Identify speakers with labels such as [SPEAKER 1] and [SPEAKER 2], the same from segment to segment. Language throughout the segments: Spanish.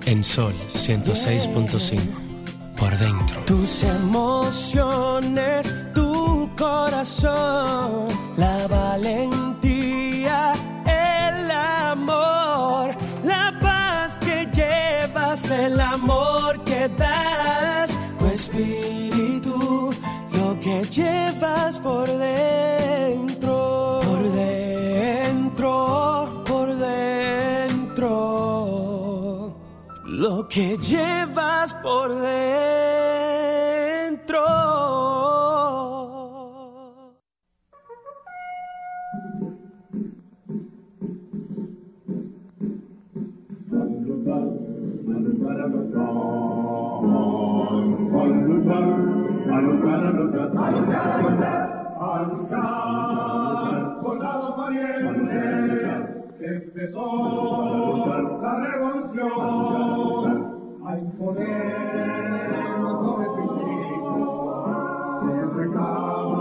[SPEAKER 1] En Sol 106.5, por dentro.
[SPEAKER 2] Tus emociones, tu corazón, la valentía, el amor, la paz que llevas, el amor que das, tu espíritu, lo que llevas por dentro, por dentro, por dentro, lo que llevas por dentro.
[SPEAKER 3] Soldados valientes, empezó la revolución. Hay poder, no es el reclama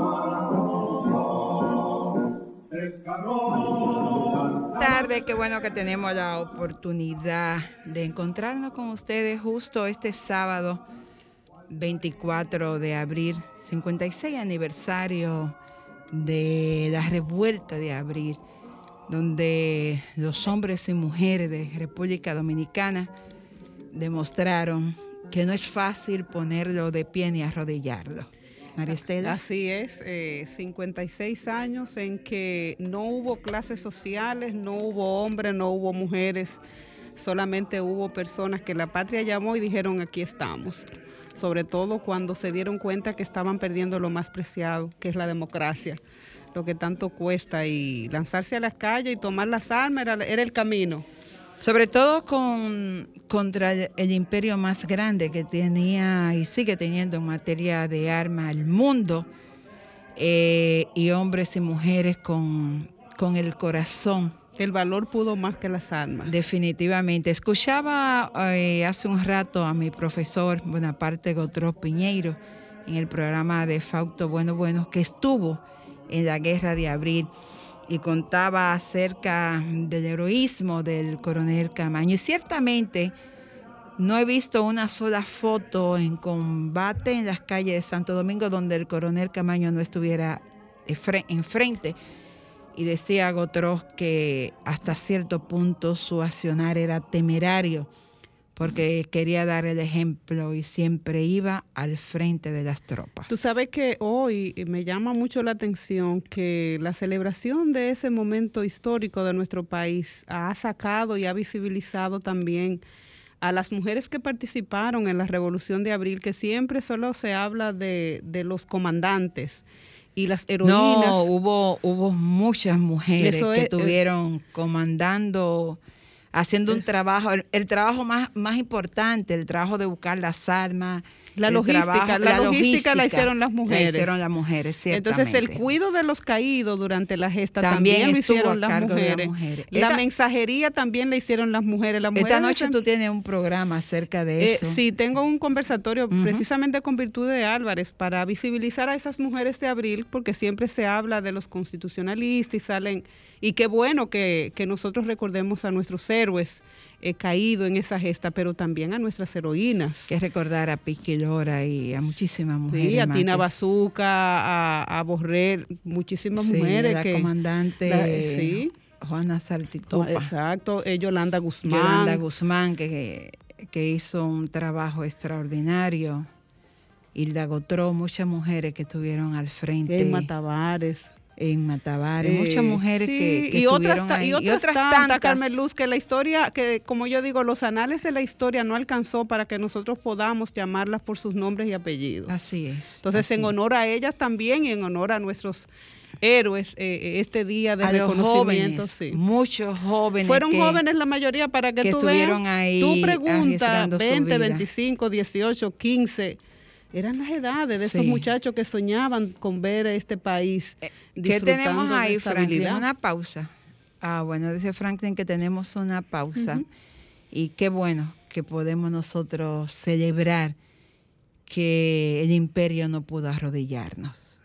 [SPEAKER 4] Tarde, qué bueno que tenemos la oportunidad de encontrarnos con ustedes justo este sábado 24 de abril, 56 aniversario de la revuelta de abril, donde los hombres y mujeres de República Dominicana demostraron que no es fácil ponerlo de pie ni arrodillarlo. María Estela.
[SPEAKER 5] Así es, 56 años en que no hubo clases sociales, no hubo hombres, no hubo mujeres, solamente hubo personas que la patria llamó y dijeron aquí estamos. Sobre todo cuando se dieron cuenta que estaban perdiendo lo más preciado, que es la democracia, lo que tanto cuesta, y lanzarse a las calles y tomar las armas era el camino.
[SPEAKER 4] Sobre todo contra el imperio más grande que tenía y sigue teniendo en materia de armas el mundo, y hombres y mujeres con el corazón.
[SPEAKER 5] El valor pudo más que las armas.
[SPEAKER 4] Definitivamente. Escuchaba hace un rato a mi profesor Bonaparte Gautreau Piñeiro en el programa de Fausto Bueno, que estuvo en la Guerra de Abril y contaba acerca del heroísmo del coronel Camaño. Y ciertamente no he visto una sola foto en combate en las calles de Santo Domingo donde el coronel Camaño no estuviera enfrente. Y decía Gautreau que hasta cierto punto su accionar era temerario porque quería dar el ejemplo y siempre iba al frente de las tropas.
[SPEAKER 5] Tú sabes que hoy me llama mucho la atención que la celebración de ese momento histórico de nuestro país ha sacado y ha visibilizado también a las mujeres que participaron en la Revolución de Abril, que siempre solo se habla de los comandantes y las heroínas.
[SPEAKER 4] No, hubo muchas mujeres que estuvieron comandando, haciendo un trabajo, el trabajo más importante, el trabajo de buscar las armas. La logística
[SPEAKER 5] la hicieron las mujeres.
[SPEAKER 4] Ciertamente.
[SPEAKER 5] Entonces, el cuidado de los caídos durante la gesta también lo hicieron las mujeres. La mensajería también la hicieron las mujeres.
[SPEAKER 4] Esta noche tú tienes un programa acerca de eso.
[SPEAKER 5] Sí, tengo un conversatorio precisamente con Virtudes Álvarez para visibilizar a esas mujeres de abril, porque siempre se habla de los constitucionalistas y salen, y qué bueno que nosotros recordemos a nuestros héroes caído en esa gesta, pero también a nuestras heroínas.
[SPEAKER 4] Que recordar a Piqui Lora y a muchísimas mujeres.
[SPEAKER 5] Sí, a Tina Bazuca, a Borrell, muchísimas mujeres.
[SPEAKER 4] La comandante Juana Saltitopa.
[SPEAKER 5] Exacto, Yolanda Guzmán.
[SPEAKER 4] Que hizo un trabajo extraordinario. Hilda Gautreau, muchas mujeres que estuvieron al frente. En Matavares, muchas mujeres que estuvieron ahí.
[SPEAKER 5] Y otras tantas, Carmen Luz, que la historia, que como yo digo, los anales de la historia no alcanzó para que nosotros podamos llamarlas por sus nombres y apellidos.
[SPEAKER 4] Así es.
[SPEAKER 5] Entonces, en honor a ellas también y en honor a nuestros héroes, este día de reconocimiento.
[SPEAKER 4] Jóvenes, sí. Muchos jóvenes.
[SPEAKER 5] Fueron jóvenes la mayoría para que tú
[SPEAKER 4] estuvieron
[SPEAKER 5] veas.
[SPEAKER 4] Ahí.
[SPEAKER 5] Tú preguntas, 20, 25, 18, 15... Eran las edades de esos muchachos que soñaban con ver este país.
[SPEAKER 4] ¿Qué tenemos ahí, Franklin? Una pausa. Bueno, dice Franklin que tenemos una pausa. Y qué bueno que podemos nosotros celebrar que el imperio no pudo arrodillarnos.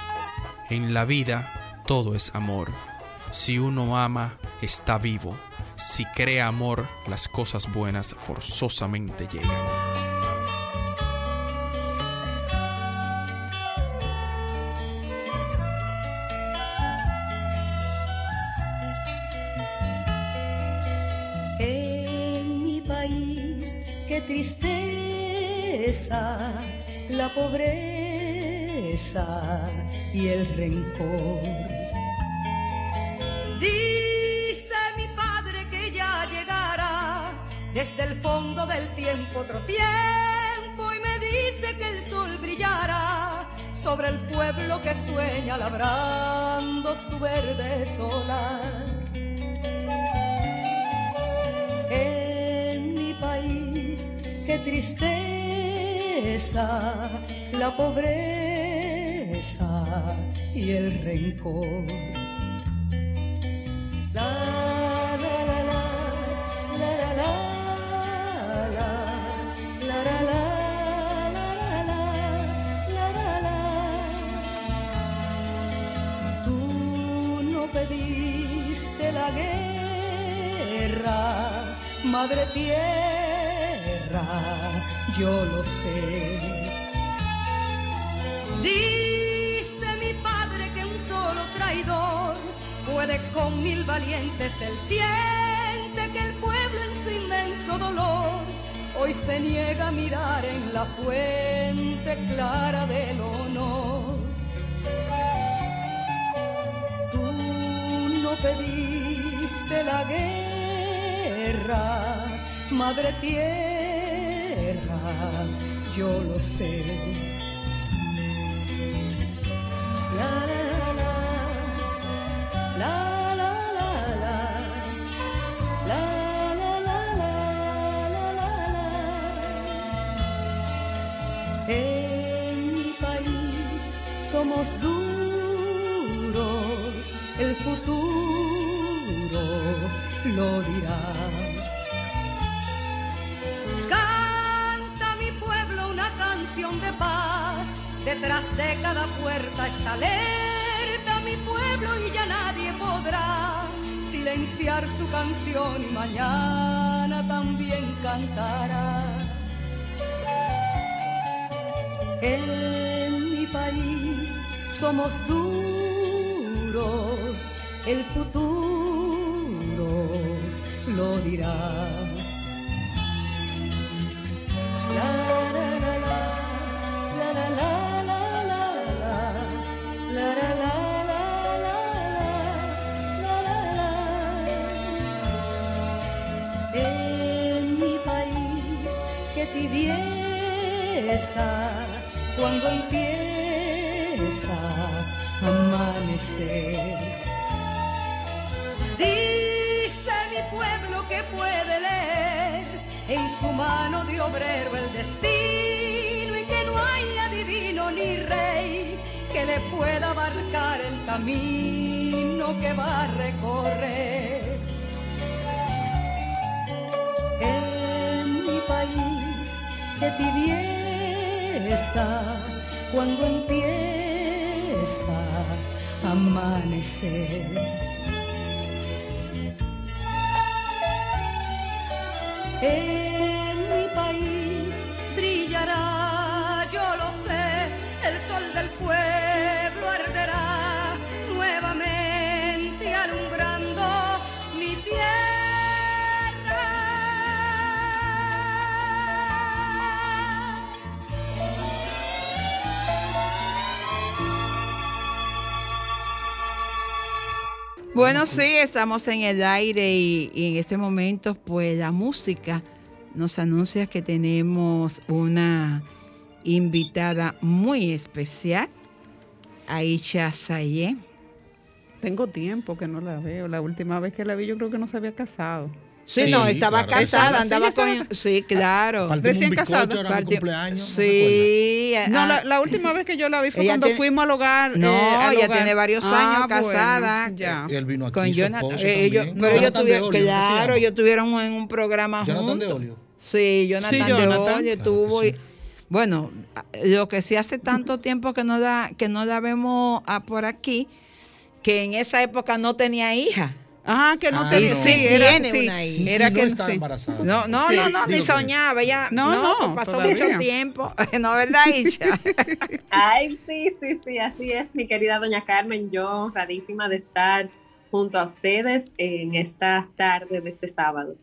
[SPEAKER 6] En la vida todo es amor. Si uno ama, está vivo. si crea amor, las cosas buenas forzosamente llegan.
[SPEAKER 7] En mi país, qué tristeza, la pobreza y el rencor. Dice mi padre que ya llegará desde el fondo del tiempo otro tiempo, y me dice que el sol brillará sobre el pueblo que sueña labrando su verde solar. En mi país, qué tristeza, la pobreza y el rencor. La la la la la la la la la la la la. Tú no pediste la guerra, madre tierra, yo lo sé. Dice mi padre que un solo traidor puede con 1000 valientes. Él siente que el pueblo en su inmenso dolor hoy se niega a mirar en la fuente clara del honor. Tú no pediste la guerra, madre tierra, yo lo sé. La la la la la la la la la la la. En mi país somos duros, el futuro lo dirá. Canta mi pueblo una canción de paz, detrás de cada puerta está alerta mi pueblo y ya nadie podrá silenciar su canción y mañana también cantará. En mi país somos duros, el futuro lo dirá. La la la la la la la la la la la la. En mi país, qué tibieza cuando empieza a amanecer. Dice mi pueblo que puede leer en su mano de obrero el destino y que no hay adivino ni rey que le pueda abarcar el camino que va a recorrer. En mi país, qué tibieza cuando empieza a amanecer. En mi país brillará, yo lo sé, el sol del pueblo arderá nuevamente alumbrando mi tierra.
[SPEAKER 4] Bueno, sí, estamos en el aire y en este momento, pues la música nos anuncia que tenemos una invitada muy especial, Aisha Sayé.
[SPEAKER 5] Tengo tiempo que no la veo. La última vez que la vi yo creo que no se había casado.
[SPEAKER 4] Sí, no, estaba
[SPEAKER 8] claro.
[SPEAKER 4] casada, andaba
[SPEAKER 5] Sí,
[SPEAKER 4] con...
[SPEAKER 5] estaba-
[SPEAKER 4] Sí, claro.
[SPEAKER 5] Recién casada.
[SPEAKER 8] Era mi cumpleaños.
[SPEAKER 4] Sí.
[SPEAKER 5] No, la última vez que yo la vi fue
[SPEAKER 4] Ella
[SPEAKER 5] cuando
[SPEAKER 4] tiene-
[SPEAKER 5] fuimos al hogar.
[SPEAKER 4] No,
[SPEAKER 5] al
[SPEAKER 4] ella
[SPEAKER 5] hogar.
[SPEAKER 4] tiene varios años casada.
[SPEAKER 5] Bueno, ya.
[SPEAKER 8] Él vino aquí,
[SPEAKER 4] Con
[SPEAKER 8] su
[SPEAKER 4] Jonathan.
[SPEAKER 8] esposo
[SPEAKER 4] Ellos,
[SPEAKER 8] también.
[SPEAKER 4] pero ellos
[SPEAKER 8] Jonathan de
[SPEAKER 4] tuvieron,
[SPEAKER 8] Olio, ¿qué se
[SPEAKER 4] claro,
[SPEAKER 8] llama?
[SPEAKER 4] ellos estuvieron en un programa
[SPEAKER 8] Jonathan
[SPEAKER 4] juntos.
[SPEAKER 8] de Olio.
[SPEAKER 4] Sí, Jonathan,
[SPEAKER 5] Sí,
[SPEAKER 4] de
[SPEAKER 5] Jonathan.
[SPEAKER 4] Olio
[SPEAKER 8] Claro
[SPEAKER 4] estuvo.
[SPEAKER 8] que sí.
[SPEAKER 4] Bueno, lo que sí hace tanto tiempo que no la vemos por aquí, que en esa época no tenía hija.
[SPEAKER 5] Ah, que no
[SPEAKER 8] Ah,
[SPEAKER 5] tenía,
[SPEAKER 8] no.
[SPEAKER 5] sí, era,
[SPEAKER 4] Tiene
[SPEAKER 5] sí,
[SPEAKER 4] una hija.
[SPEAKER 5] era
[SPEAKER 8] no
[SPEAKER 5] que
[SPEAKER 8] estaba
[SPEAKER 5] sí.
[SPEAKER 8] embarazada.
[SPEAKER 4] No,
[SPEAKER 5] Sí.
[SPEAKER 4] ni
[SPEAKER 8] Digo que-
[SPEAKER 4] soñaba, ya.
[SPEAKER 5] No,
[SPEAKER 4] Pasó
[SPEAKER 5] todavía.
[SPEAKER 4] mucho tiempo. No, ¿verdad, Isha?
[SPEAKER 9] Ay, sí, así es, mi querida doña Carmen. Yo honradísima de estar junto a ustedes en esta tarde de este sábado.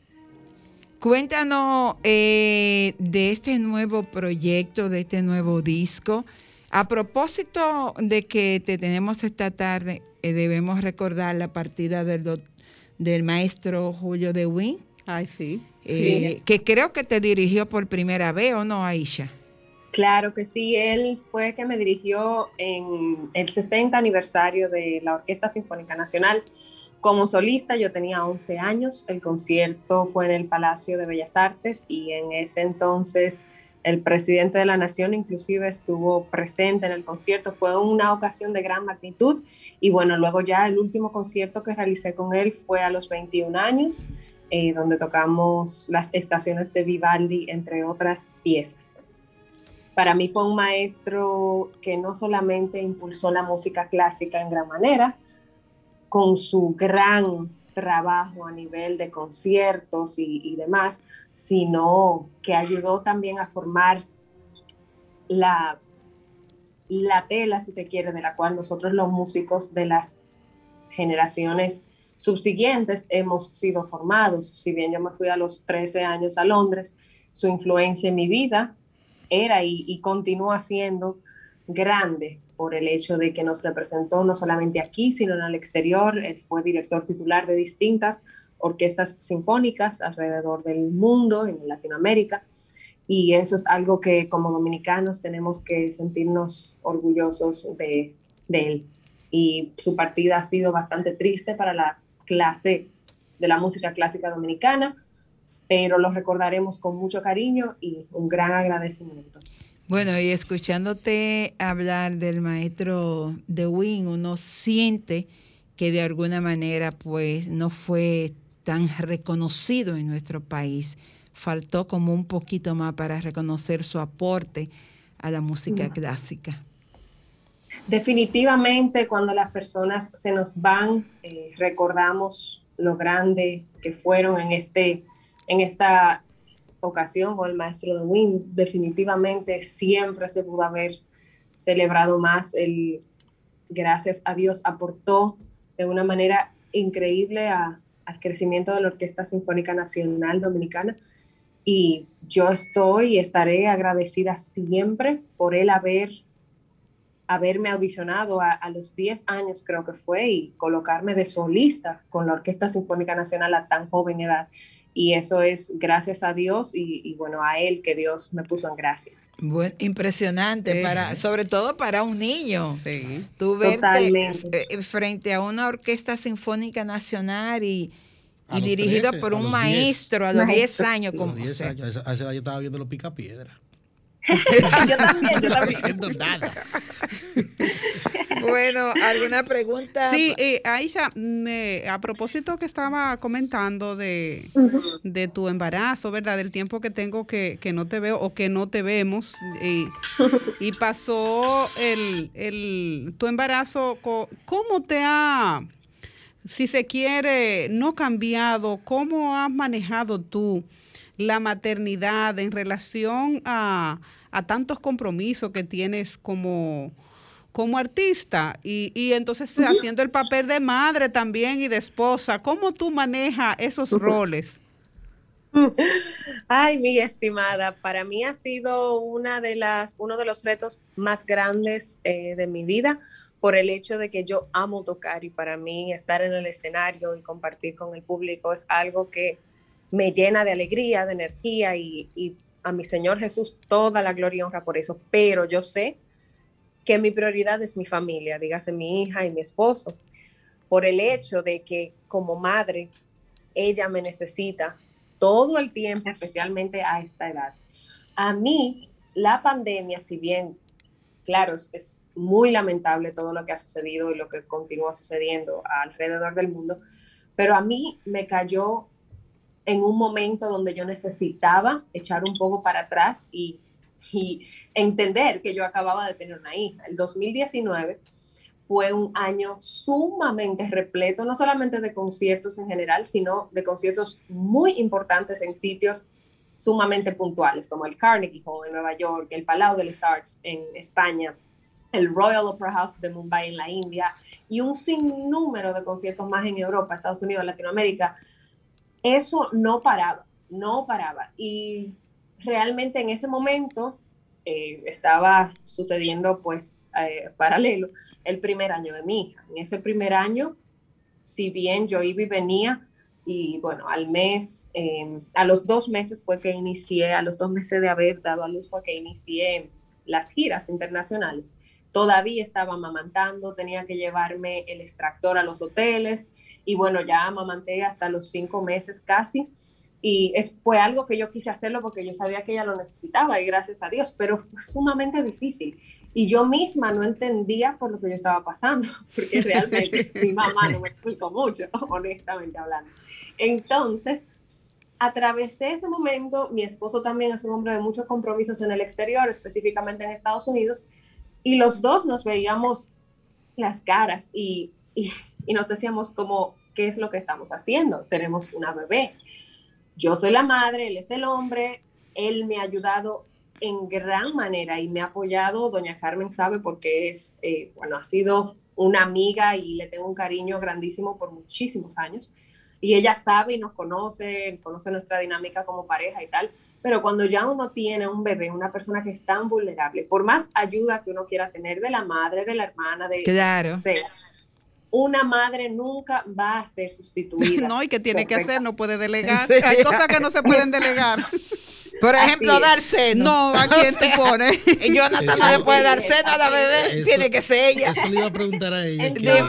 [SPEAKER 4] Cuéntanos de este nuevo proyecto, de este nuevo disco. A propósito de que te tenemos esta tarde, debemos recordar la partida del maestro Julio de Win,
[SPEAKER 5] Ay, sí.
[SPEAKER 4] que creo que te dirigió por primera vez, ¿o no, Aisha?
[SPEAKER 9] Claro que sí, él fue que me dirigió en el 60 aniversario de la Orquesta Sinfónica Nacional. Como solista yo tenía 11 años, el concierto fue en el Palacio de Bellas Artes y en ese entonces el presidente de la Nación inclusive estuvo presente en el concierto. Fue una ocasión de gran magnitud y bueno, luego ya el último concierto que realicé con él fue a los 21 años, donde tocamos las estaciones de Vivaldi, entre otras piezas. Para mí fue un maestro que no solamente impulsó la música clásica en gran manera, con su gran trabajo a nivel de conciertos y demás, sino que ayudó también a formar la tela, si se quiere, de la cual nosotros los músicos de las generaciones subsiguientes hemos sido formados. Si bien yo me fui a los 13 años a Londres, su influencia en mi vida era y continúa siendo grande por el hecho de que nos representó no solamente aquí, sino en el exterior. Él fue director titular de distintas orquestas sinfónicas alrededor del mundo, en Latinoamérica, y eso es algo que como dominicanos tenemos que sentirnos orgullosos de él. Y su partida ha sido bastante triste para la clase de la música clásica dominicana, pero lo recordaremos con mucho cariño y un gran agradecimiento.
[SPEAKER 4] Bueno, y escuchándote hablar del maestro de Win, uno siente que de alguna manera pues no fue tan reconocido en nuestro país. Faltó como un poquito más para reconocer su aporte a la música clásica.
[SPEAKER 9] Definitivamente cuando las personas se nos van, recordamos lo grande que fueron en esta ocasión con el maestro de Win. Definitivamente siempre se pudo haber celebrado más. Él, gracias a Dios, aportó de una manera increíble al crecimiento de la Orquesta Sinfónica Nacional Dominicana, y yo estoy y estaré agradecida siempre por él haberme audicionado a los 10 años, creo que fue, y colocarme de solista con la Orquesta Sinfónica Nacional a tan joven edad. Y eso es gracias a Dios y bueno, a él, que Dios me puso en gracia.
[SPEAKER 4] Bueno, impresionante, sobre todo para un niño.
[SPEAKER 5] Sí.
[SPEAKER 4] Tú verte frente a una Orquesta Sinfónica Nacional y dirigido
[SPEAKER 8] 13,
[SPEAKER 4] por un
[SPEAKER 8] 10.
[SPEAKER 4] maestro a los 10 años.
[SPEAKER 8] A los 10 años, a esa edad yo estaba viendo los Picapiedra.
[SPEAKER 9] Yo también.
[SPEAKER 8] No estaba haciendo nada.
[SPEAKER 4] Bueno, ¿alguna pregunta?
[SPEAKER 5] Sí, Aisha, a propósito que estaba comentando de tu embarazo, ¿verdad? Del tiempo que tengo que no te veo o que no te vemos, y pasó tu embarazo, ¿cómo te ha, si se quiere, no cambiado? ¿Cómo has manejado tú la maternidad en relación a tantos compromisos que tienes como artista y entonces haciendo el papel de madre también y de esposa? ¿Cómo tú manejas esos roles?
[SPEAKER 9] Ay, mi estimada, para mí ha sido uno de los retos más grandes de mi vida, por el hecho de que yo amo tocar, y para mí estar en el escenario y compartir con el público es algo que me llena de alegría, de energía, y a mi Señor Jesús toda la gloria y honra por eso. Pero yo sé que mi prioridad es mi familia, dígase mi hija y mi esposo, por el hecho de que como madre ella me necesita todo el tiempo, especialmente a esta edad. A mí la pandemia, si bien claro, es muy lamentable todo lo que ha sucedido y lo que continúa sucediendo alrededor del mundo, pero a mí me cayó en un momento donde yo necesitaba echar un poco para atrás y entender que yo acababa de tener una hija. El 2019 Fue un año sumamente repleto, no solamente de conciertos en general, sino de conciertos muy importantes en sitios sumamente puntuales, como el Carnegie Hall en Nueva York, el Palau de les Arts en España, el Royal Opera House de Mumbai en la India, y un sinnúmero de conciertos más en Europa, Estados Unidos, Latinoamérica. Eso no paraba. Y realmente en ese momento estaba sucediendo, pues, paralelo, el primer año de mi hija. En ese primer año, si bien yo iba y venía, y bueno, a los 2 meses fue que inicié, a los 2 meses de haber dado a luz fue que inicié las giras internacionales. Todavía estaba amamantando, tenía que llevarme el extractor a los hoteles, y bueno, ya amamanté hasta los 5 meses casi, y fue algo que yo quise hacerlo porque yo sabía que ella lo necesitaba, y gracias a Dios, pero fue sumamente difícil. Y yo misma no entendía por lo que yo estaba pasando, porque realmente mi mamá no me explicó mucho, honestamente hablando. Entonces, atravesé ese momento. Mi esposo también es un hombre de muchos compromisos en el exterior, específicamente en Estados Unidos, y los dos nos veíamos las caras y nos decíamos como, ¿qué es lo que estamos haciendo? Tenemos una bebé. Yo soy la madre, él es el hombre, él me ha ayudado en gran manera y me ha apoyado. Doña Carmen sabe porque ha sido una amiga y le tengo un cariño grandísimo por muchísimos años. Y ella sabe y nos conoce nuestra dinámica como pareja y tal. Pero cuando ya uno tiene un bebé, una persona que es tan vulnerable, por más ayuda que uno quiera tener de la madre, de la hermana,
[SPEAKER 4] claro,
[SPEAKER 9] una madre nunca va a ser sustituida.
[SPEAKER 5] No, y que tiene que hacer, no puede delegar. Hay cosas que no se pueden delegar.
[SPEAKER 4] Por ejemplo, dar seno.
[SPEAKER 5] No, ¿a quién te pone?
[SPEAKER 4] Jonathan no le puede dar seno a la bebé, tiene que ser ella.
[SPEAKER 8] Eso le iba a preguntar a ella.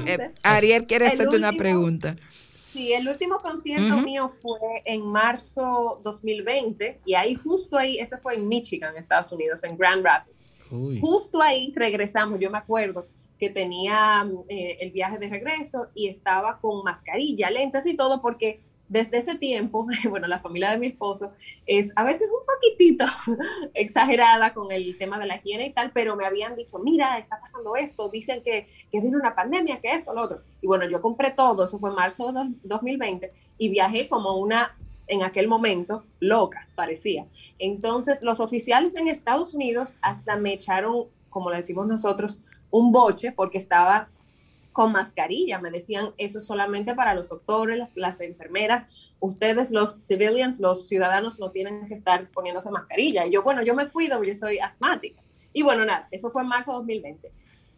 [SPEAKER 4] Ariel quiere hacerte una pregunta.
[SPEAKER 9] Sí, el último concierto mío fue en marzo 2020, y justo ahí, ese fue en Michigan, Estados Unidos, en Grand Rapids.
[SPEAKER 8] Uy.
[SPEAKER 9] Justo ahí regresamos. Yo me acuerdo que tenía el viaje de regreso y estaba con mascarilla, lentes y todo, porque desde ese tiempo, bueno, la familia de mi esposo es a veces un poquitito exagerada con el tema de la higiene y tal, pero me habían dicho, mira, está pasando esto, dicen que viene una pandemia, que esto, lo otro. Y bueno, yo compré todo, eso fue en marzo de 2020, y viajé como en aquel momento, loca, parecía. Entonces, los oficiales en Estados Unidos hasta me echaron, como le decimos nosotros, un boche, porque estaba con mascarilla. Me decían, eso es solamente para los doctores, las enfermeras, ustedes los civilians, los ciudadanos no tienen que estar poniéndose mascarilla. Y yo, bueno, yo me cuido, yo soy asmática. Y bueno, nada, eso fue en marzo de 2020.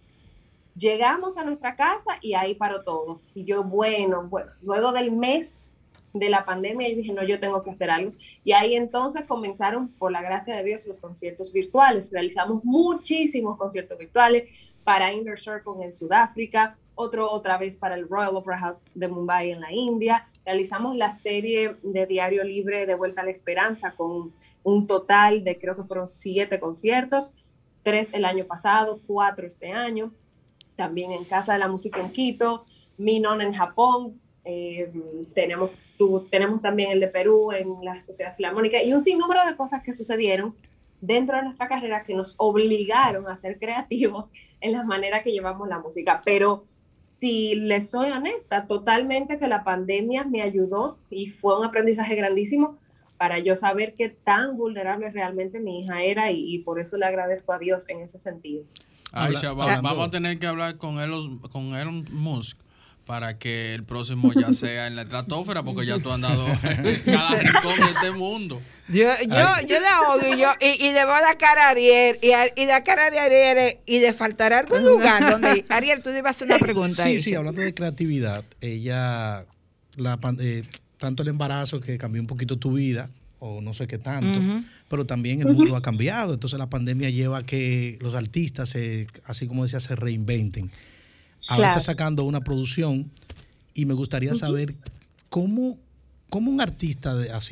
[SPEAKER 9] Llegamos a nuestra casa y ahí paró todo. Y yo, bueno, luego del mes de la pandemia, yo dije, no, yo tengo que hacer algo. Y ahí entonces comenzaron, por la gracia de Dios, los conciertos virtuales. Realizamos muchísimos conciertos virtuales para Inner Circle en Sudáfrica, otra vez para el Royal Opera House de Mumbai en la India. Realizamos la serie de Diario Libre de Vuelta a la Esperanza con un total de, creo que fueron 7 conciertos, 3 el año pasado, 4 este año. También en Casa de la Música en Quito, Minon en Japón. Tenemos también el de Perú en la Sociedad Filarmónica, y un sinnúmero de cosas que sucedieron dentro de nuestra carrera que nos obligaron a ser creativos en la manera que llevamos la música. Pero si les soy honesta, totalmente que la pandemia me ayudó y fue un aprendizaje grandísimo para yo saber qué tan vulnerable realmente mi hija era, y por eso le agradezco a Dios en ese sentido.
[SPEAKER 6] Aisha, vamos a tener que hablar con Elon Musk para que el próximo ya sea en la estratosfera, porque ya tú has andado en cada rincón de este mundo.
[SPEAKER 4] Yo la odio, y le voy a la cara a Ariel, y la cara de Ariel, y de faltar algún lugar donde... Ariel, tú ibas a hacer una pregunta.
[SPEAKER 8] Sí, hablando de creatividad, ella, tanto el embarazo que cambió un poquito tu vida, o no sé qué tanto, pero también el mundo ha cambiado. Entonces la pandemia lleva a que los artistas, así como decía, se reinventen. Ahora está sacando una producción, y me gustaría saber cómo un artista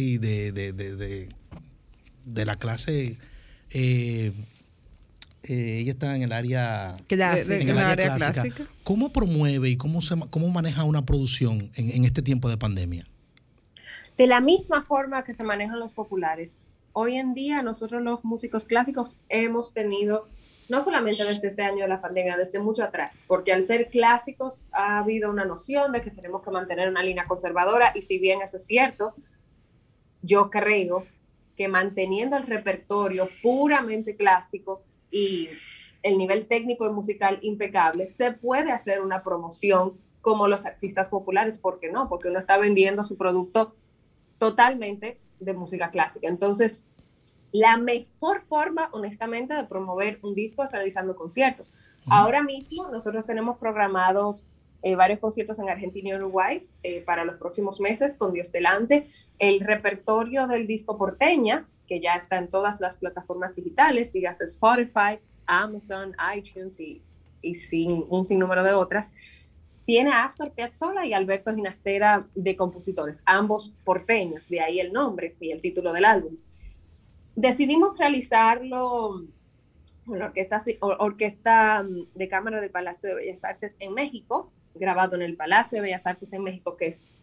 [SPEAKER 8] de la clase, ella está en el área clásica. ¿Cómo promueve y cómo maneja una producción en este tiempo de pandemia?
[SPEAKER 9] De la misma forma que se manejan los populares. Hoy en día nosotros los músicos clásicos hemos tenido no solamente desde este año de la pandemia, desde mucho atrás, porque al ser clásicos ha habido una noción de que tenemos que mantener una línea conservadora, y si bien eso es cierto, yo creo que manteniendo el repertorio puramente clásico y el nivel técnico y musical impecable, se puede hacer una promoción como los artistas populares. ¿Por qué no? Porque uno está vendiendo su producto totalmente de música clásica. Entonces, la mejor forma, honestamente, de promover un disco es realizando conciertos. Ahora mismo nosotros tenemos programados varios conciertos en Argentina y Uruguay para los próximos meses, con Dios delante. El repertorio del disco Porteña, que ya está en todas las plataformas digitales, dígase Spotify, Amazon, iTunes y un sinnúmero de otras, tiene a Astor Piazzolla y Alberto Ginastera de compositores, ambos porteños, de ahí el nombre y el título del álbum. Decidimos realizarlo con la Orquesta de Cámara del Palacio de Bellas Artes en México, grabado en el Palacio de Bellas Artes en México, que es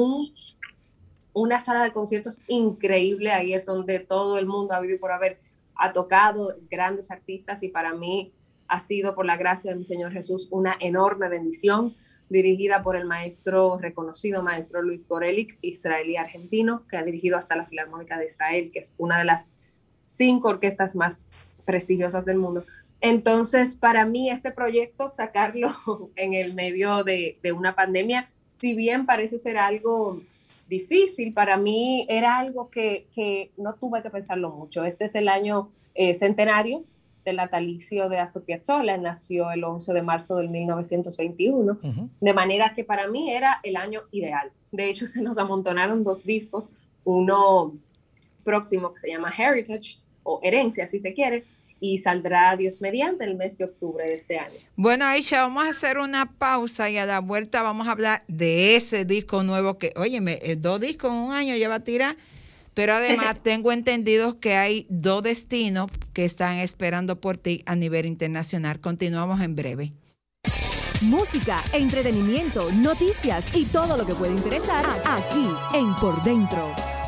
[SPEAKER 9] una sala de conciertos increíble. Ahí es donde todo el mundo ha vivido por haber ha tocado grandes artistas, y para mí ha sido, por la gracia de mi Señor Jesús, una enorme bendición, dirigida por el reconocido maestro Luis Gorelick, israelí argentino, que ha dirigido hasta la Filarmónica de Israel, que es una de las 5 orquestas más prestigiosas del mundo. Entonces, para mí este proyecto, sacarlo en el medio de una pandemia, si bien parece ser algo difícil, para mí era algo que no tuve que pensarlo mucho. Este es el año centenario del natalicio de Astor Piazzolla. Nació el 11 de marzo del 1921, de manera que para mí era el año ideal. De hecho, se nos amontonaron 2 discos, uno próximo que se llama Heritage, o Herencia, si se quiere, y saldrá Dios mediante el mes de octubre de este año.
[SPEAKER 4] Bueno, Aisha, vamos a hacer una pausa y a la vuelta vamos a hablar de ese disco nuevo que, óyeme, 2 discos en un año lleva a tirar, pero además tengo entendido que hay 2 destinos que están esperando por ti a nivel internacional. Continuamos en breve.
[SPEAKER 10] Música, entretenimiento, noticias y todo lo que puede interesar aquí en Por Dentro.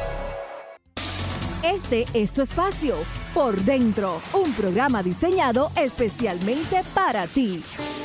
[SPEAKER 10] Este es tu espacio, Por Dentro, un programa diseñado especialmente para ti.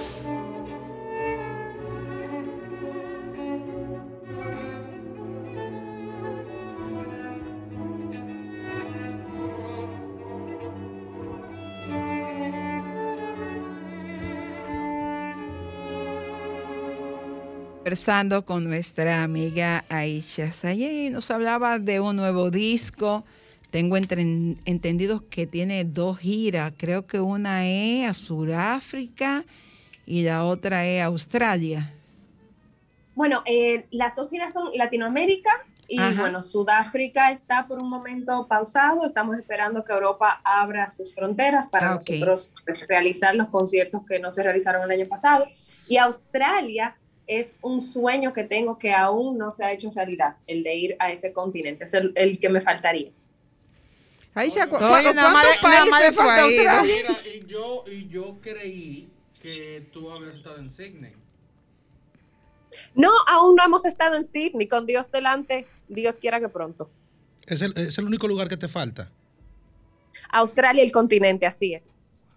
[SPEAKER 4] Conversando con nuestra amiga Aisha Sayed, nos hablaba de un nuevo disco. Tengo entendido que tiene 2 giras, creo que una es a Sudáfrica y la otra es a Australia.
[SPEAKER 9] Bueno, las 2 giras son Latinoamérica y bueno, Sudáfrica está por un momento pausado. Estamos esperando que Europa abra sus fronteras para nosotros realizar los conciertos que no se realizaron el año pasado. Y Australia es un sueño que tengo que aún no se ha hecho realidad, el de ir a ese continente, es el que me faltaría.
[SPEAKER 5] Aisha,
[SPEAKER 6] Oye,
[SPEAKER 5] ¿cuántos países tú has ido?
[SPEAKER 6] Mira, y yo creí que tú habías estado en Sydney.
[SPEAKER 9] No, aún no hemos estado en Sydney. Con Dios delante, Dios quiera que pronto.
[SPEAKER 8] ¿Es el único lugar que te falta?
[SPEAKER 9] Australia, el continente, así es.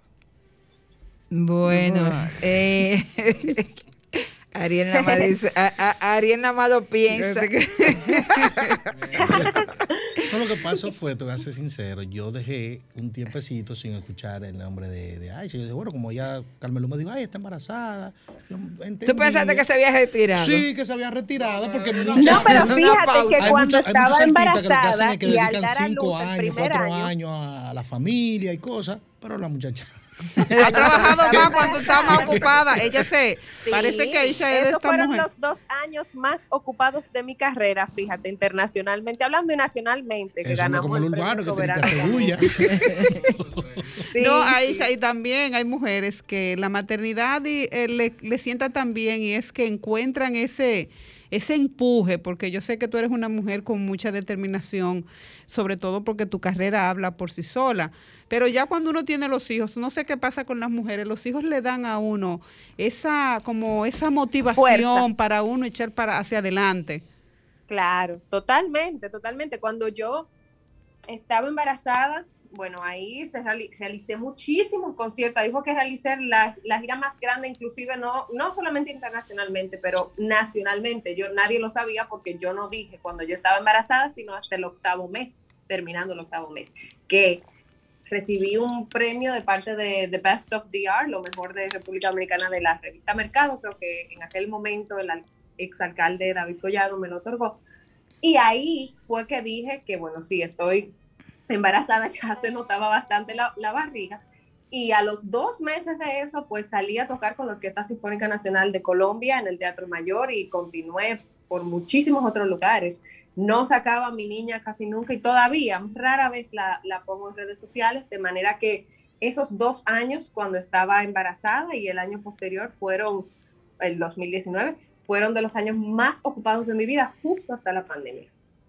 [SPEAKER 4] Bueno, Ariel nada más dice, Ariel nada más lo piensa.
[SPEAKER 8] No, lo que pasó fue, te voy a ser sincero, yo dejé un tiempecito sin escuchar el nombre de Aisha. Yo dije, bueno, como ya Carmelo me dijo, ay, está embarazada.
[SPEAKER 4] ¿Tú pensaste que se había retirado?
[SPEAKER 8] Sí, que se había retirado. Porque
[SPEAKER 9] no, pero fíjate que cuando estaba embarazada
[SPEAKER 8] que
[SPEAKER 9] y al
[SPEAKER 8] dedican
[SPEAKER 9] dar a
[SPEAKER 8] 5
[SPEAKER 9] luz
[SPEAKER 8] años,
[SPEAKER 9] el primer
[SPEAKER 8] 4
[SPEAKER 9] año,
[SPEAKER 8] años a la familia y cosas, pero la muchacha...
[SPEAKER 5] Ha trabajado más cuando estaba más ocupada. Ella parece que Aisha es de esta mujer.
[SPEAKER 9] Esos fueron los 2 años más ocupados de mi carrera, fíjate, internacionalmente hablando y nacionalmente, que
[SPEAKER 8] eso
[SPEAKER 9] ganamos
[SPEAKER 8] como
[SPEAKER 9] el
[SPEAKER 8] urbano,
[SPEAKER 9] premio
[SPEAKER 8] que
[SPEAKER 9] soberano.
[SPEAKER 5] Sí, no, Aisha, y también hay mujeres que la maternidad le sienta tan bien, y es que encuentran ese empuje, porque yo sé que tú eres una mujer con mucha determinación, sobre todo porque tu carrera habla por sí sola. Pero ya cuando uno tiene los hijos, no sé qué pasa con las mujeres, los hijos le dan a uno esa motivación fuerza para uno echar hacia adelante.
[SPEAKER 9] Claro, totalmente. Cuando yo estaba embarazada, bueno, ahí realicé muchísimos conciertos. Ahí fue que realicé la gira más grande, inclusive no solamente internacionalmente, pero nacionalmente. Nadie lo sabía porque yo no dije cuando yo estaba embarazada, sino hasta el 8º mes, terminando el 8º mes, que recibí un premio de parte de The Best of DR, lo mejor de República Dominicana, de la revista Mercado. Creo que en aquel momento el exalcalde David Collado me lo otorgó. Y ahí fue que dije que, bueno, sí, estoy embarazada, ya se notaba bastante la barriga. Y a los 2 meses de eso, pues salí a tocar con la Orquesta Sinfónica Nacional de Colombia en el Teatro Mayor y continué por muchísimos otros lugares. No sacaba a mi niña casi nunca y todavía rara vez la pongo en redes sociales, de manera que esos 2 años cuando estaba embarazada y el año posterior fueron, el 2019, fueron de los años más ocupados de mi vida, justo hasta la pandemia.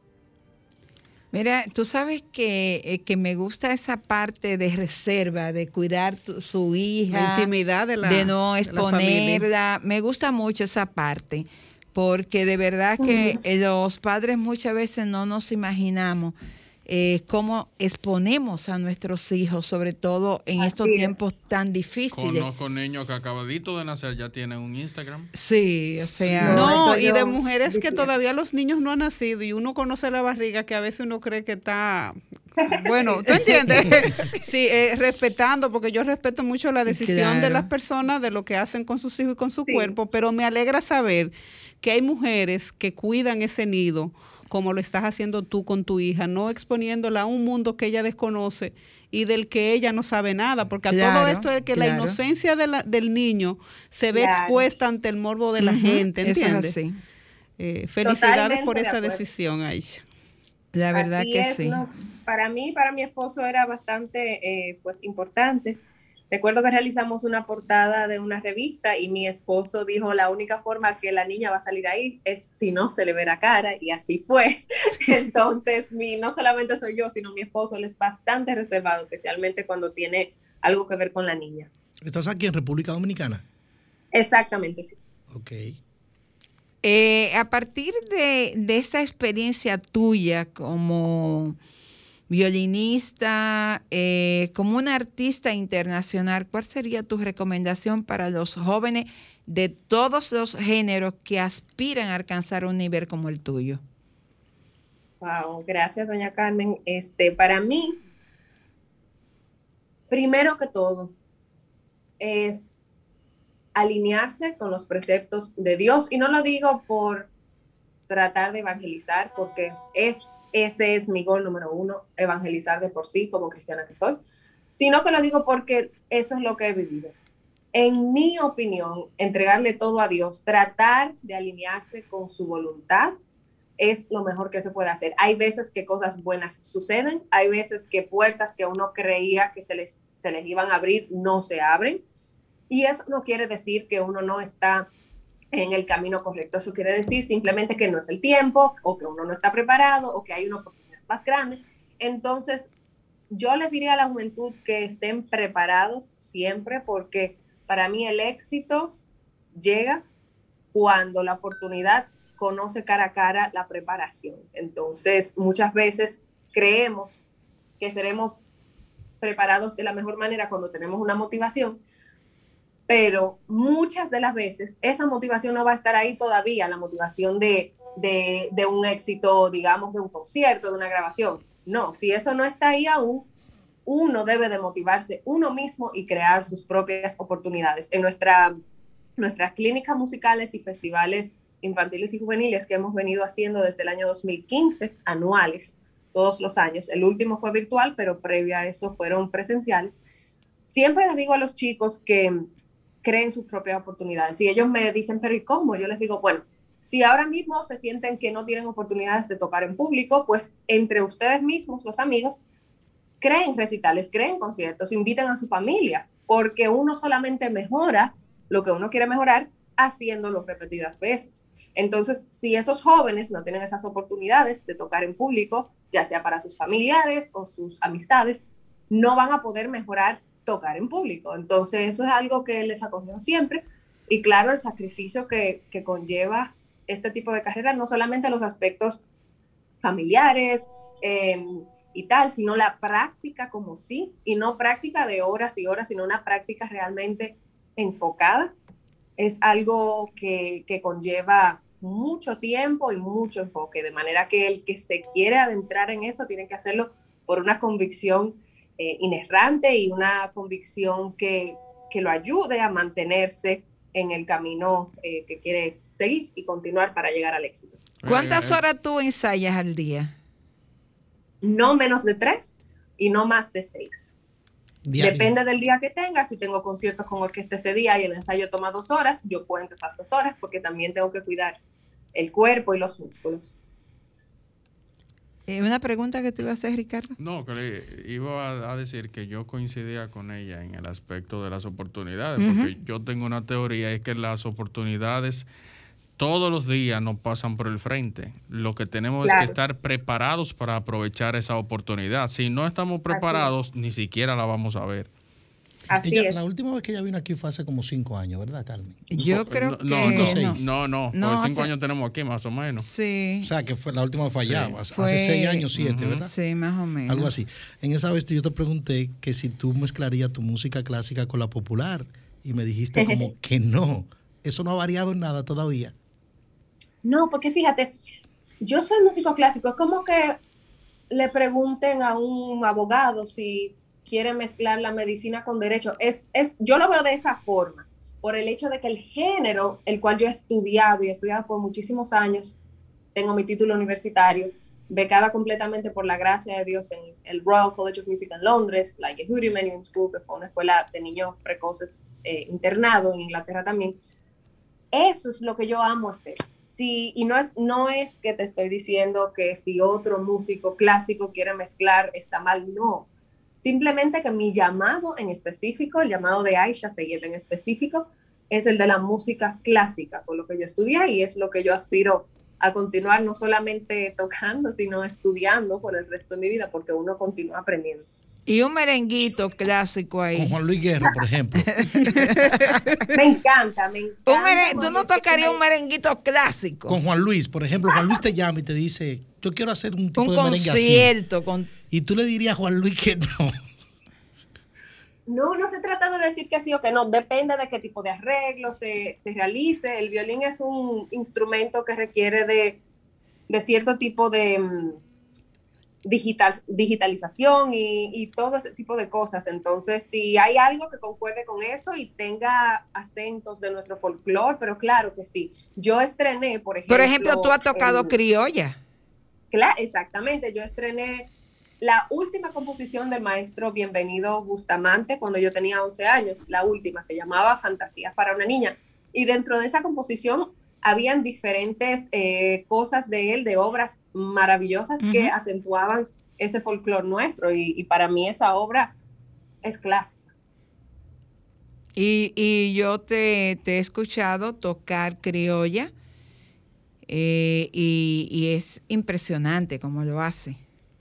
[SPEAKER 4] Mira, tú sabes que me gusta esa parte de reserva, de cuidar su hija,
[SPEAKER 5] la intimidad de
[SPEAKER 4] no exponerla. Me gusta mucho esa parte, porque de verdad que los padres muchas veces no nos imaginamos cómo exponemos a nuestros hijos, sobre todo en estos tiempos tan difíciles.
[SPEAKER 6] Conozco niños que acabaditos de nacer ya tienen un Instagram.
[SPEAKER 4] Sí, o sea...
[SPEAKER 5] No, y de mujeres que todavía los niños no han nacido y uno conoce la barriga que a veces uno cree que está... Bueno, ¿tú entiendes? Sí, respetando, porque yo respeto mucho la decisión de las personas de lo que hacen con sus hijos y con su cuerpo, pero me alegra saber que hay mujeres que cuidan ese nido como lo estás haciendo tú con tu hija, no exponiéndola a un mundo que ella desconoce y del que ella no sabe nada, porque a todo esto es que la inocencia del niño se ve expuesta ante el morbo de la gente, ¿entiendes?
[SPEAKER 4] Eso es así.
[SPEAKER 5] Felicidades por esa decisión, Aisha.
[SPEAKER 4] La verdad
[SPEAKER 9] así
[SPEAKER 4] que
[SPEAKER 9] es,
[SPEAKER 4] sí.
[SPEAKER 9] ¿no? Para mi esposo era bastante pues importante. Recuerdo que realizamos una portada de una revista y mi esposo dijo, la única forma que la niña va a salir ahí es si no se le ve la cara, y así fue. Entonces, no solamente soy yo, sino mi esposo, él es bastante reservado, especialmente cuando tiene algo que ver con la niña.
[SPEAKER 8] ¿Estás aquí en República Dominicana?
[SPEAKER 9] Exactamente, sí.
[SPEAKER 8] Ok.
[SPEAKER 4] A partir de esa experiencia tuya como violinista, como una artista internacional, ¿cuál sería tu recomendación para los jóvenes de todos los géneros que aspiran a alcanzar un nivel como el tuyo?
[SPEAKER 9] Wow, gracias, doña Carmen. Para mí, primero que todo, es alinearse con los preceptos de Dios, y no lo digo por tratar de evangelizar, porque ese es mi gol número 1, evangelizar de por sí como cristiana que soy, sino que lo digo porque eso es lo que he vivido. En mi opinión, entregarle todo a Dios, tratar de alinearse con su voluntad, es lo mejor que se puede hacer. Hay veces que cosas buenas suceden, hay veces que puertas que uno creía que se les iban a abrir no se abren, y eso no quiere decir que uno no está en el camino correcto. Eso quiere decir simplemente que no es el tiempo, o que uno no está preparado, o que hay una oportunidad más grande. Entonces, yo les diría a la juventud que estén preparados siempre, porque para mí el éxito llega cuando la oportunidad conoce cara a cara la preparación. Entonces, muchas veces creemos que seremos preparados de la mejor manera cuando tenemos una motivación, pero muchas de las veces esa motivación no va a estar ahí todavía, la motivación de un éxito, digamos, de un concierto, de una grabación. No, si eso no está ahí aún, uno debe de motivarse uno mismo y crear sus propias oportunidades. En nuestras clínicas musicales y festivales infantiles y juveniles que hemos venido haciendo desde el año 2015, anuales, todos los años. El último fue virtual, pero previo a eso fueron presenciales. Siempre les digo a los chicos que creen sus propias oportunidades. Y ellos me dicen, pero ¿y cómo? Yo les digo, bueno, si ahora mismo se sienten que no tienen oportunidades de tocar en público, pues entre ustedes mismos, los amigos, creen recitales, creen conciertos, inviten a su familia, porque uno solamente mejora lo que uno quiere mejorar haciéndolo repetidas veces. Entonces, si esos jóvenes no tienen esas oportunidades de tocar en público, ya sea para sus familiares o sus amistades, no van a poder mejorar tocar en público. Entonces, eso es algo que les aconsejo siempre. Y claro, el sacrificio que conlleva este tipo de carrera, no solamente los aspectos familiares, y tal, sino la práctica como sí, y no práctica de horas y horas, sino una práctica realmente enfocada. Es algo que conlleva mucho tiempo y mucho enfoque, de manera que el que se quiere adentrar en esto tiene que hacerlo por una convicción inerrante y una convicción que lo ayude a mantenerse en el camino que quiere seguir y continuar para llegar al éxito.
[SPEAKER 4] ¿Cuántas horas tú ensayas al día?
[SPEAKER 9] No menos de 3 y no más de 6.
[SPEAKER 8] Diario.
[SPEAKER 9] Depende del día que tenga. Si tengo conciertos con orquesta ese día y el ensayo toma 2 horas, yo cuento esas 2 horas porque también tengo que cuidar el cuerpo y los músculos.
[SPEAKER 4] Una pregunta que te iba a hacer, Ricardo.
[SPEAKER 6] No, que le iba a decir que yo coincidía con ella en el aspecto de las oportunidades, porque yo tengo una teoría, es que las oportunidades todos los días nos pasan por el frente. Lo que tenemos es que estar preparados para aprovechar esa oportunidad. Si no estamos preparados, ni siquiera la vamos a ver.
[SPEAKER 9] Así es.
[SPEAKER 8] La última vez que ella vino aquí fue hace como 5 años, ¿verdad, Carmen?
[SPEAKER 4] Yo creo que
[SPEAKER 6] no, por 5 años tenemos aquí más o menos.
[SPEAKER 4] Sí.
[SPEAKER 8] O sea, que fue la última vez fallaba,
[SPEAKER 4] Sí.
[SPEAKER 8] hace 6 años, 7, ¿verdad?
[SPEAKER 4] Sí, más o menos.
[SPEAKER 8] Algo así. En esa vez yo te pregunté que si tú mezclarías tu música clásica con la popular y me dijiste como que no. Eso no ha variado en nada todavía.
[SPEAKER 9] No, porque fíjate, yo soy músico clásico. Es como que le pregunten a un abogado si quiere mezclar la medicina con derecho. Yo lo veo de esa forma, por el hecho de que el género, el cual yo he estudiado y he estudiado por muchísimos años, tengo mi título universitario, becada completamente por la gracia de Dios en el Royal College of Music en Londres, la Yehudi Menuhin School, que fue una escuela de niños precoces internado en Inglaterra también. Eso es lo que yo amo hacer. Sí, y no es que te estoy diciendo que si otro músico clásico quiere mezclar está mal, no. Simplemente que mi llamado en específico, el llamado de Aisha Seyed en específico, es el de la música clásica, por lo que yo estudié, y es lo que yo aspiro a continuar no solamente tocando, sino estudiando por el resto de mi vida, porque uno continúa aprendiendo.
[SPEAKER 4] Y un merenguito clásico ahí.
[SPEAKER 8] Con Juan Luis Guerra, por ejemplo.
[SPEAKER 9] Me encanta.
[SPEAKER 4] ¿Tú no tocarías un merenguito clásico?
[SPEAKER 8] Con Juan Luis, por ejemplo. Juan Luis te llama y te dice, yo quiero hacer un tipo de merengue así.
[SPEAKER 4] Concierto.
[SPEAKER 8] Y tú le dirías a Juan Luis que no.
[SPEAKER 9] No se trata de decir que sí o que no. Depende de qué tipo de arreglo se realice. El violín es un instrumento que requiere de cierto tipo de digitalización y todo ese tipo de cosas. Entonces, si hay algo que concuerde con eso y tenga acentos de nuestro folclore, pero claro que sí. Yo estrené, por ejemplo...
[SPEAKER 4] tú has tocado criolla.
[SPEAKER 9] Claro, exactamente. Yo estrené la última composición del maestro Bienvenido Bustamante cuando yo tenía 11 años. La última se llamaba Fantasías para una niña. Y dentro de esa composición habían diferentes cosas de él, de obras maravillosas que acentuaban ese folclore nuestro. Y para mí esa obra es clásica.
[SPEAKER 4] Y yo te he escuchado tocar criolla y es impresionante cómo lo hace.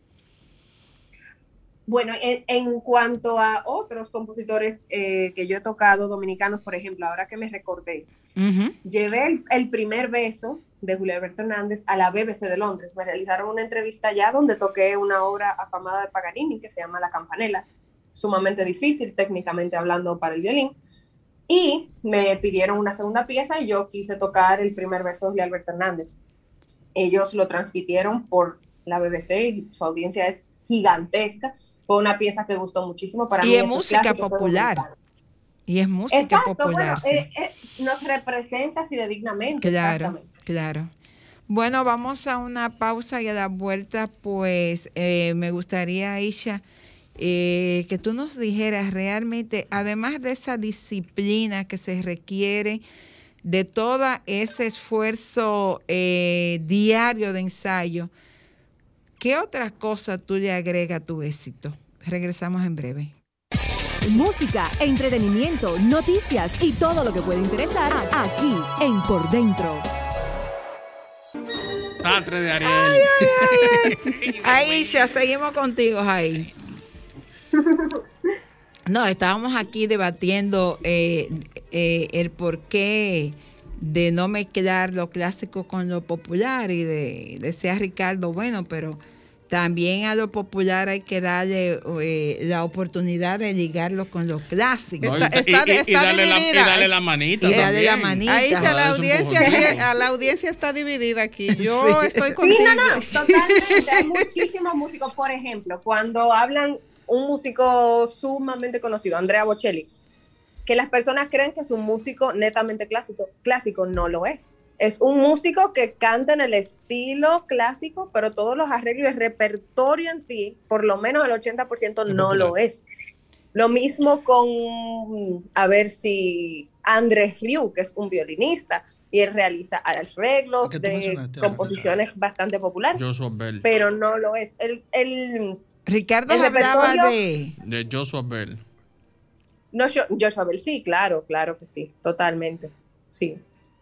[SPEAKER 9] Bueno, en cuanto a otros compositores que yo he tocado, dominicanos, por ejemplo, ahora que me recordé, llevé el primer beso de Julio Alberto Hernández a la BBC de Londres. Me realizaron una entrevista allá donde toqué una obra afamada de Paganini que se llama La Campanella, sumamente difícil técnicamente hablando para el violín, y me pidieron una segunda pieza y yo quise tocar el primer beso de Julio Alberto Hernández. Ellos lo transmitieron por la BBC y su audiencia es gigantesca. Fue una pieza que gustó muchísimo para mí.
[SPEAKER 4] Y es música popular. Y es música
[SPEAKER 9] exacto,
[SPEAKER 4] popular.
[SPEAKER 9] Bueno, sí. Nos representa fidedignamente.
[SPEAKER 4] Claro, claro. Bueno, vamos a una pausa y a la vuelta, pues me gustaría, Aisha, que tú nos dijeras realmente, además de esa disciplina que se requiere, de todo ese esfuerzo diario de ensayo, ¿qué otra cosa tú le agregas a tu éxito? Regresamos en breve.
[SPEAKER 10] Música, entretenimiento, noticias y todo lo que puede interesar aquí en Por Dentro.
[SPEAKER 6] Tatre de Ariel.
[SPEAKER 4] Aisha, seguimos contigo, ahí. No, estábamos aquí debatiendo el porqué de no mezclar lo clásico con lo popular y decía Ricardo, bueno, pero También a lo popular hay que darle la oportunidad de ligarlo con los clásicos.
[SPEAKER 6] Y darle la manita.
[SPEAKER 4] Y darle la manita.
[SPEAKER 5] Ahí a la audiencia está dividida aquí. Yo estoy contigo.
[SPEAKER 9] Sí, no, totalmente. Hay muchísimos músicos. Por ejemplo, cuando hablan un músico sumamente conocido, Andrea Bocelli, que las personas creen que es un músico netamente clásico, no lo es. Es un músico que canta en el estilo clásico, pero todos los arreglos y el repertorio en sí, por lo menos el 80% no lo es. Lo mismo con, Andrés Rieu, que es un violinista, y él realiza arreglos de composiciones bastante populares,
[SPEAKER 6] Joshua Bell.
[SPEAKER 9] pero no lo es.
[SPEAKER 4] Ricardo hablaba
[SPEAKER 6] de Joshua Bell.
[SPEAKER 9] No, Joshua Bell, sí, claro que sí, totalmente, sí.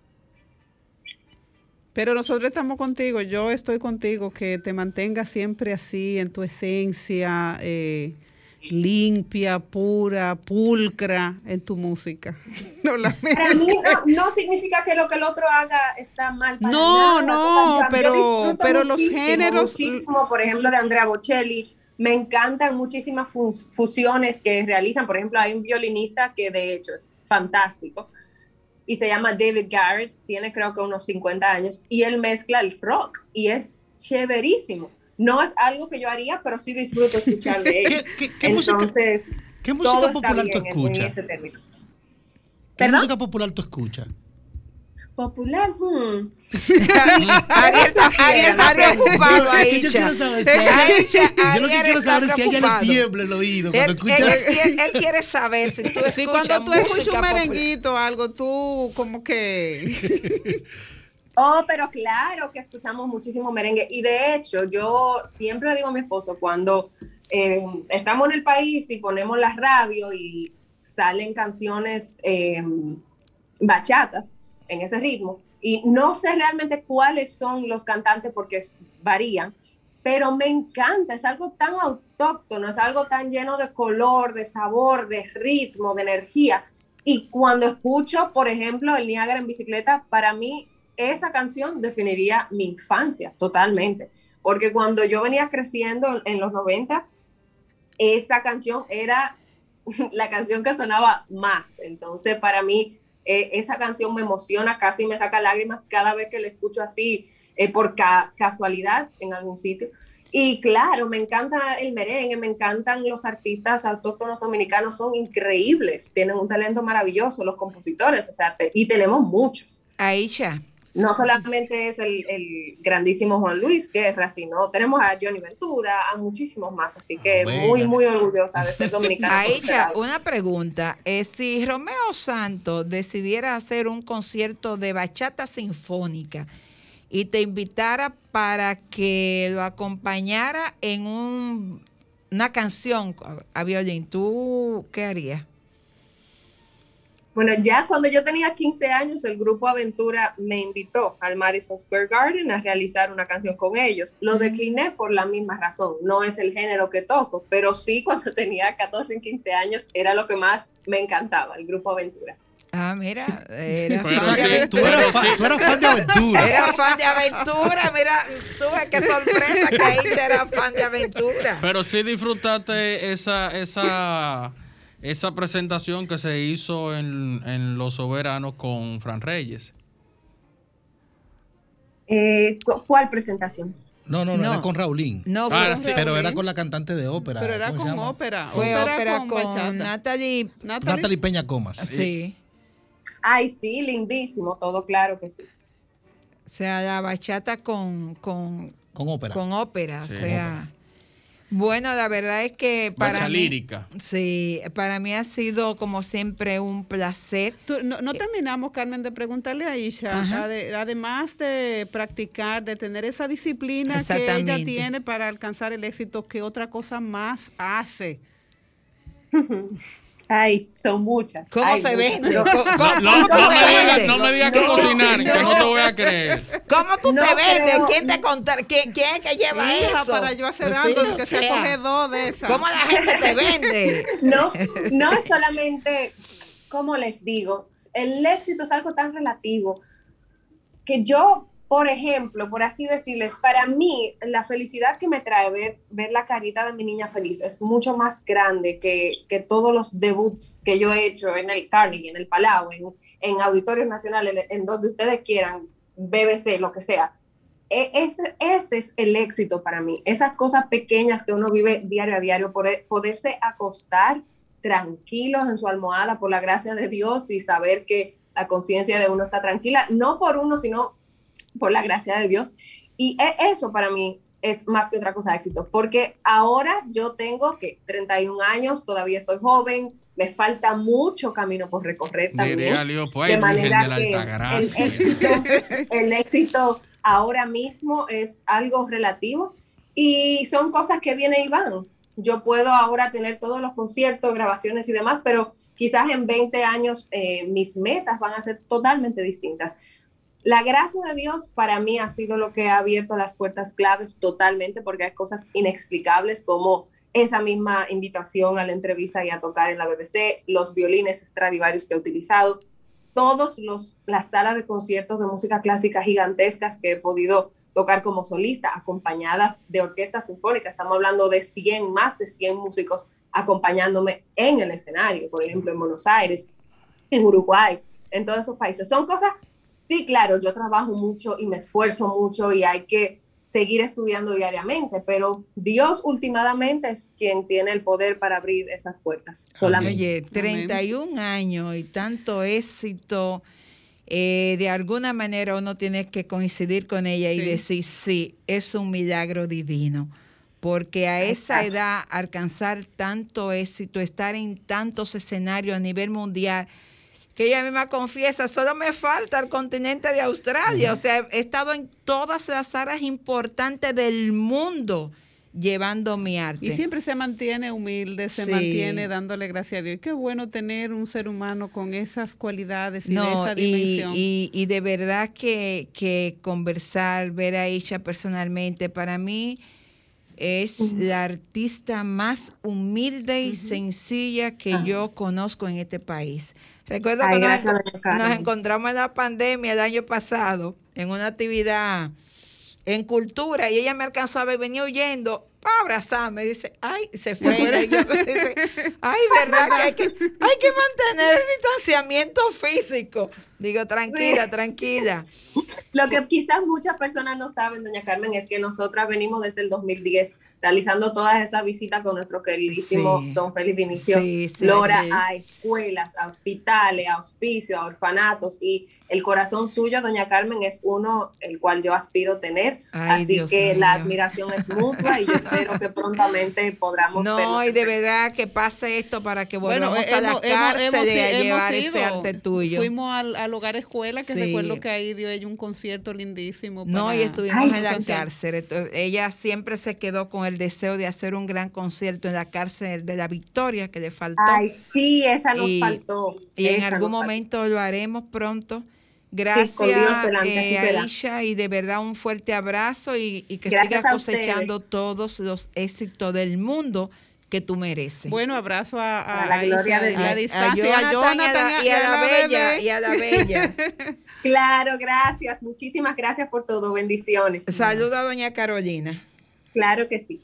[SPEAKER 5] Pero nosotros estamos contigo, yo estoy contigo, que te mantengas siempre así, en tu esencia, limpia, pura, pulcra en tu música.
[SPEAKER 9] Para mí no significa que lo que el otro haga está mal para nada.
[SPEAKER 5] No, pero los géneros...
[SPEAKER 9] Muchísimo, por ejemplo, de Andrea Bocelli. Me encantan muchísimas fusiones que realizan. Por ejemplo, hay un violinista que de hecho es fantástico y se llama David Garrett, tiene creo que unos 50 años y él mezcla el rock y es chéverísimo. No es algo que yo haría, pero sí disfruto escuchar de él.
[SPEAKER 8] ¿Qué música popular tú escuchas? ¿Qué música popular tú escuchas?
[SPEAKER 9] Popular,
[SPEAKER 4] Ariel ocupado ahí.
[SPEAKER 8] Yo lo que quiero saber es si a ella le tiembla el oído cuando escucha.
[SPEAKER 4] Él quiere saber si tú escuchas
[SPEAKER 5] cuando tú escuchas un merenguito o algo, tú como que...
[SPEAKER 9] pero claro que escuchamos muchísimo merengue. Y de hecho, yo siempre digo a mi esposo, cuando estamos en el país y ponemos la radio y salen canciones bachatas, en ese ritmo, y no sé realmente cuáles son los cantantes porque varían, pero me encanta, es algo tan autóctono, es algo tan lleno de color, de sabor, de ritmo, de energía, y cuando escucho, por ejemplo, el Niágara en bicicleta, para mí esa canción definiría mi infancia totalmente, porque cuando yo venía creciendo en los 90, esa canción era la canción que sonaba más, entonces para mí esa canción me emociona, casi me saca lágrimas cada vez que la escucho así, por casualidad en algún sitio. Y claro, me encanta el merengue, me encantan los artistas autóctonos dominicanos, son increíbles, tienen un talento maravilloso, los compositores, o sea, y tenemos muchos.
[SPEAKER 4] Aisha.
[SPEAKER 9] No solamente es el grandísimo Juan Luis Guerra, sino tenemos a Johnny Ventura, a muchísimos más, así que muy orgullosa de ser dominicana.
[SPEAKER 4] Aisha, una pregunta, si Romeo Santos decidiera hacer un concierto de bachata sinfónica y te invitara para que lo acompañara en una canción a violín, ¿tú qué harías?
[SPEAKER 9] Bueno, ya cuando yo tenía 15 años, el grupo Aventura me invitó al Madison Square Garden a realizar una canción con ellos. Lo decliné por la misma razón. No es el género que toco, pero sí cuando tenía 14 y 15 años era lo que más me encantaba, el grupo Aventura.
[SPEAKER 4] Ah, mira, era
[SPEAKER 8] fan de Aventura. Tú eras fan de Aventura.
[SPEAKER 4] Era fan de Aventura, mira, tú ves qué sorpresa que Aisha era fan de Aventura.
[SPEAKER 6] Pero sí disfrutaste esa presentación que se hizo en Los Soberanos con Fran Reyes.
[SPEAKER 9] ¿Cuál presentación?
[SPEAKER 8] No, era con Raulín.
[SPEAKER 4] No,
[SPEAKER 8] pero era con la cantante de ópera.
[SPEAKER 5] Pero era con ópera.
[SPEAKER 4] Fue ópera con Natalie
[SPEAKER 8] Peña Comas.
[SPEAKER 4] Sí.
[SPEAKER 9] Ay, sí, lindísimo, todo claro que sí.
[SPEAKER 4] O sea, la bachata con
[SPEAKER 8] ópera.
[SPEAKER 4] Con ópera,
[SPEAKER 6] sí,
[SPEAKER 4] o sea...
[SPEAKER 6] ópera.
[SPEAKER 4] Bueno, la verdad es que para mí,
[SPEAKER 6] lírica.
[SPEAKER 4] Sí, para mí ha sido como siempre un placer.
[SPEAKER 5] No terminamos, Carmen, de preguntarle a Aisha, además de practicar, de tener esa disciplina que ella tiene para alcanzar el éxito, ¿qué otra cosa más hace?
[SPEAKER 9] Ay, son muchas.
[SPEAKER 4] ¿Cómo se vende?
[SPEAKER 6] No me digas que cocinar, que no te voy a creer.
[SPEAKER 4] ¿Cómo tú te vendes? ¿Quién te conta? ¿Quién es que lleva eso?
[SPEAKER 5] Para yo hacer algo que se coge dos de esas.
[SPEAKER 4] ¿Cómo la gente te vende?
[SPEAKER 9] No es solamente, como les digo, el éxito es algo tan relativo que yo por ejemplo, por así decirles, para mí la felicidad que me trae ver la carita de mi niña feliz es mucho más grande que todos los debuts que yo he hecho en el Carnegie, en el Palau, en auditorios nacionales, en donde ustedes quieran, BBC, lo que sea. Ese es el éxito para mí. Esas cosas pequeñas que uno vive diario a diario, poderse acostar tranquilos en su almohada por la gracia de Dios y saber que la conciencia de uno está tranquila, no por uno, sino por la gracia de Dios. Y eso para mí es más que otra cosa éxito, porque ahora yo tengo 31 años, todavía estoy joven, me falta mucho camino por recorrer también.
[SPEAKER 6] De manera que
[SPEAKER 9] el éxito ahora mismo es algo relativo y son cosas que vienen y van. Yo puedo ahora tener todos los conciertos, grabaciones y demás, pero quizás en 20 años mis metas van a ser totalmente distintas. La gracia de Dios para mí ha sido lo que ha abierto las puertas claves totalmente, porque hay cosas inexplicables como esa misma invitación a la entrevista y a tocar en la BBC, los violines Stradivarius que he utilizado, las salas de conciertos de música clásica gigantescas que he podido tocar como solista, acompañada de orquesta sinfónica. Estamos hablando de más de 100 músicos acompañándome en el escenario, por ejemplo, en Buenos Aires, en Uruguay, en todos esos países. Son cosas. Sí, claro, yo trabajo mucho y me esfuerzo mucho y hay que seguir estudiando diariamente, pero Dios últimamente es quien tiene el poder para abrir esas puertas. Solamente.
[SPEAKER 4] Oye, 31 años y tanto éxito, de alguna manera uno tiene que coincidir con ella y decir, sí, es un milagro divino, porque a esa edad alcanzar tanto éxito, estar en tantos escenarios a nivel mundial, que ella misma confiesa, solo me falta el continente de Australia. O sea, he estado en todas las áreas importantes del mundo llevando mi arte.
[SPEAKER 5] Y siempre se mantiene humilde, se mantiene dándole gracias a Dios. Y qué bueno tener un ser humano con esas cualidades y de esa dimensión.
[SPEAKER 4] Y de verdad que conversar, ver a ella personalmente, para mí es la artista más humilde y sencilla que yo conozco en este país. Recuerdo que nos encontramos en la pandemia el año pasado en una actividad en cultura y ella me alcanzó a ver, venía huyendo para abrazarme, dice, ay, se fue. Y yo, dice, ay, verdad que hay que mantener el distanciamiento físico. Digo, tranquila.
[SPEAKER 9] Lo que quizás muchas personas no saben, doña Carmen, es que nosotras venimos desde el 2010 realizando todas esas visitas con nuestro queridísimo don Félix Vinicio Lora a escuelas, a hospitales, a hospicios, a orfanatos, y el corazón suyo, doña Carmen, es uno el cual yo aspiro tener. Así Dios que mío. La admiración es mutua y yo espero que prontamente podamos vernos.
[SPEAKER 4] Y de verdad que pase esto para que volvamos a la cárcel a llevar ese arte tuyo.
[SPEAKER 5] Fuimos al Hogar Escuela, que recuerdo que ahí dio ella un concierto lindísimo.
[SPEAKER 4] Y estuvimos en la cárcel. Entonces, ella siempre se quedó con el deseo de hacer un gran concierto en la cárcel de la Victoria, que le faltó.
[SPEAKER 9] Ay, sí, esa nos faltó.
[SPEAKER 4] Y en algún momento lo haremos pronto. Gracias a Aisha, y de verdad un fuerte abrazo y que sigas cosechando todos los éxitos del mundo que tú mereces.
[SPEAKER 5] Bueno, abrazo a
[SPEAKER 9] la gloria de
[SPEAKER 5] la distancia, a Jonathan
[SPEAKER 4] y a la bella.
[SPEAKER 9] Claro, gracias. Muchísimas gracias por todo. Bendiciones.
[SPEAKER 4] Saludo a doña Carolina.
[SPEAKER 9] Claro que sí.